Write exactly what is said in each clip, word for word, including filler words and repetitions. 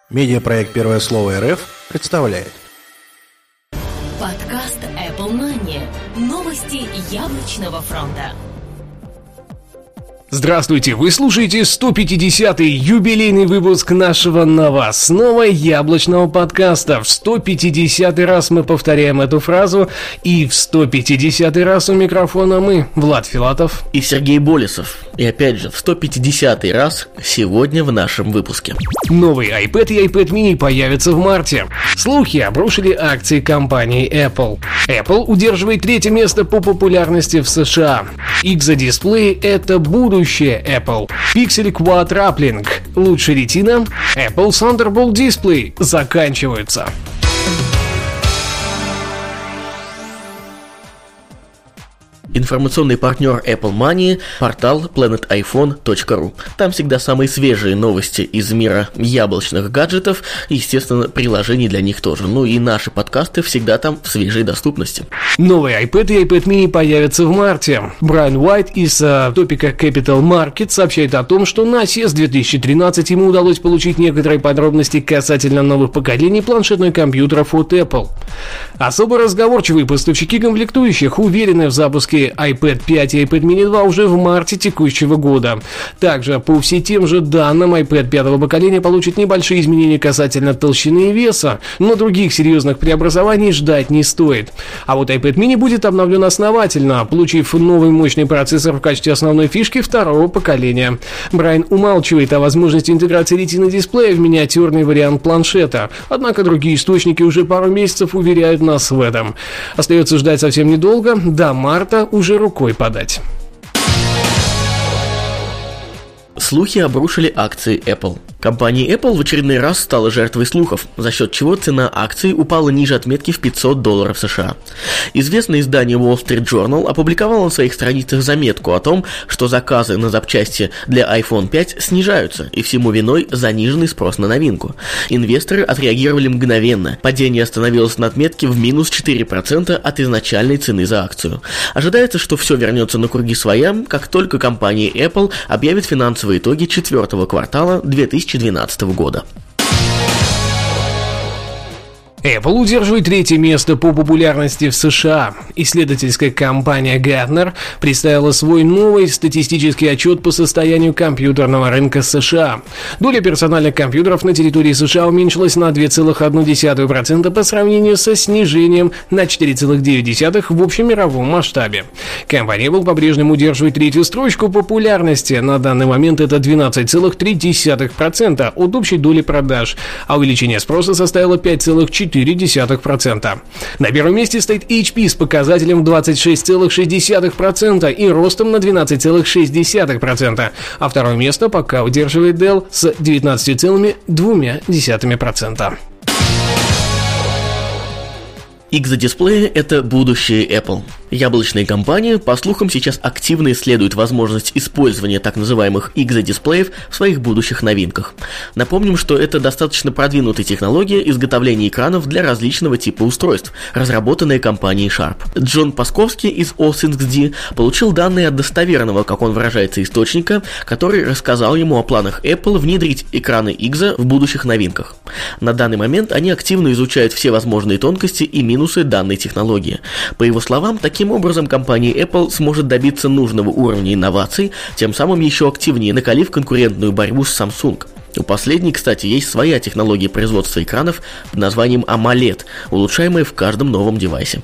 Медиапроект «Первое слово РФ» представляет. Подкаст Apple Money. Новости яблочного фронта. Здравствуйте, вы слушаете сто пятидесятый юбилейный выпуск нашего новостного яблочного подкаста. В сто пятидесятый раз мы повторяем эту фразу, и в сто пятидесятый раз у микрофона мы, Влад Филатов и Сергей Болесов. И опять же, в сто пятидесятый раз сегодня в нашем выпуске. Новый iPad и iPad mini появятся в марте. Слухи обрушили акции компании Apple. Apple удерживает третье место по популярности в США. Exadisplay — это будущее Apple. Pixel Quad Uplink — лучше ретина. Apple Thunderbolt Display заканчиваются. Информационный партнер Apple Money – портал планет айфон точка ру. Там всегда самые свежие новости из мира яблочных гаджетов и, естественно, приложений для них тоже. Ну и наши подкасты всегда там в свежей доступности. Новый iPad и iPad mini появятся в марте. Брайан Уайт из uh, Topeka Capital Market сообщает о том, что на си и эс две тысячи тринадцать ему удалось получить некоторые подробности касательно новых поколений планшетных компьютеров от Apple. Особо разговорчивые поставщики комплектующих уверены в запуске iPad пять и iPad mini два уже в марте текущего года. Также по всем тем же данным iPad пятого поколения получит небольшие изменения касательно толщины и веса, но других серьезных преобразований ждать не стоит. А вот iPad mini будет обновлен основательно, получив новый мощный процессор в качестве основной фишки второго поколения. Брайан умалчивает о возможности интеграции ретина-дисплея в миниатюрный вариант планшета, однако другие источники уже пару месяцев уверяют нас в этом. Остается ждать совсем недолго, до марта уже рукой подать. Слухи обрушили акции Apple. Компания Apple в очередной раз стала жертвой слухов, за счет чего цена акций упала ниже отметки в пятьсот долларов США. Известное издание Wall Street Journal опубликовало на своих страницах заметку о том, что заказы на запчасти для айфон пять снижаются, и всему виной заниженный спрос на новинку. Инвесторы отреагировали мгновенно. Падение остановилось на отметке в минус четыре процента от изначальной цены за акцию. Ожидается, что все вернется на круги своя, как только компания Apple объявит финансовые итоги четвертого квартала две тысячи двенадцатого года. Apple удерживает третье место по популярности в США. Исследовательская компания Gartner представила свой новый статистический отчет по состоянию компьютерного рынка США. Доля персональных компьютеров на территории США уменьшилась на два целых одна десятая процента по сравнению со снижением на четыре целых девять десятых процента в общемировом масштабе. Компания Apple по-прежнему удерживает третью строчку популярности. На данный момент это двенадцать целых три десятых процента от общей доли продаж, а увеличение спроса составило пять целых четыре десятых процента. На первом месте стоит эйч пи с показателем двадцать шесть целых шесть десятых процента и ростом на двенадцать целых шесть десятых процента, а второе место пока удерживает Dell с девятнадцать целых два десятых процента. Exadisplay – это будущее Apple. Яблочные компании, по слухам, сейчас активно исследуют возможность использования так называемых Exadisplay в своих будущих новинках. Напомним, что это достаточно продвинутая технология изготовления экранов для различного типа устройств, разработанная компанией Sharp. Джон Пасковский из All Things D получил данные от достоверного, как он выражается, источника, который рассказал ему о планах Apple внедрить экраны Exa в будущих новинках. На данный момент они активно изучают все возможные тонкости и минусы данной технологии. По его словам, таким образом компания Apple сможет добиться нужного уровня инноваций, тем самым еще активнее накалив конкурентную борьбу с Samsung. У последней, кстати, есть своя технология производства экранов под названием AMOLED, улучшаемая в каждом новом девайсе.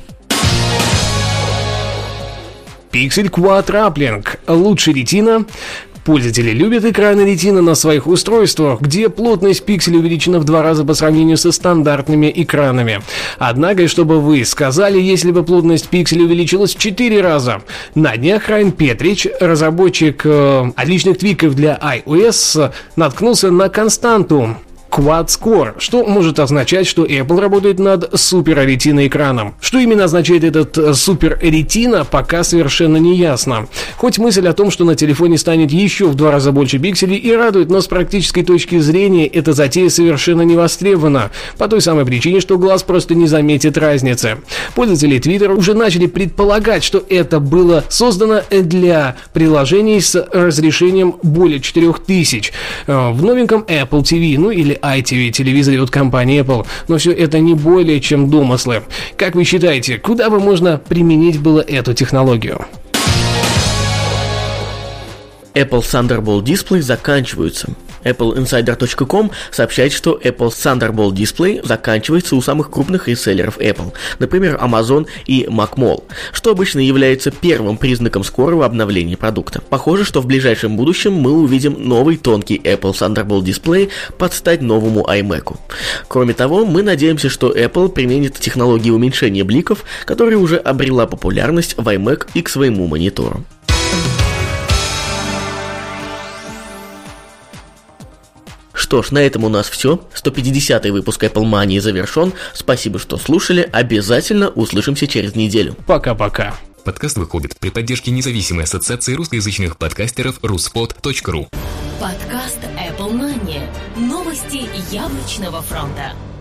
Pixel Quad Uplink — лучше ретина. Пользователи любят экраны ретина на своих устройствах, где плотность пикселей увеличена в два раза по сравнению со стандартными экранами. Однако, чтобы вы сказали, если бы плотность пикселей увеличилась в четыре раза. На днях Райан Петрич, разработчик э, отличных твиков для iOS, наткнулся на константу Quad Score, что может означать, что Apple работает над супер-ретино экраном. Что именно означает этот супер-ретино, пока совершенно не ясно. Хоть мысль о том, что на телефоне станет еще в два раза больше пикселей, и радует, но с практической точки зрения эта затея совершенно не востребована, по той самой причине, что глаз просто не заметит разницы. Пользователи Twitter уже начали предполагать, что это было создано для приложений с разрешением более четырех тысяч. В новеньком Apple ти ви, ну или ай ти ви-телевизоре от компании Apple, но все это не более чем домыслы. Как вы считаете, куда бы можно применить было эту технологию? Apple Thunderbolt Display заканчиваются. Apple Insider точка ком сообщает, что Apple Thunderbolt Display заканчивается у самых крупных реселлеров Apple, например, Amazon и MacMall, что обычно является первым признаком скорого обновления продукта. Похоже, что в ближайшем будущем мы увидим новый тонкий Apple Thunderbolt Display под стать новому iMac. Кроме того, мы надеемся, что Apple применит технологии уменьшения бликов, которая уже обрела популярность в iMac и к своему монитору. Что ж, на этом у нас все. сто пятидесятый выпуск Apple Money завершен. Спасибо, что слушали. Обязательно услышимся через неделю. Пока-пока. Подкаст выходит при поддержке независимой ассоциации русскоязычных подкастеров руспод точка ру. Подкаст Apple Money. Новости яблочного фронта.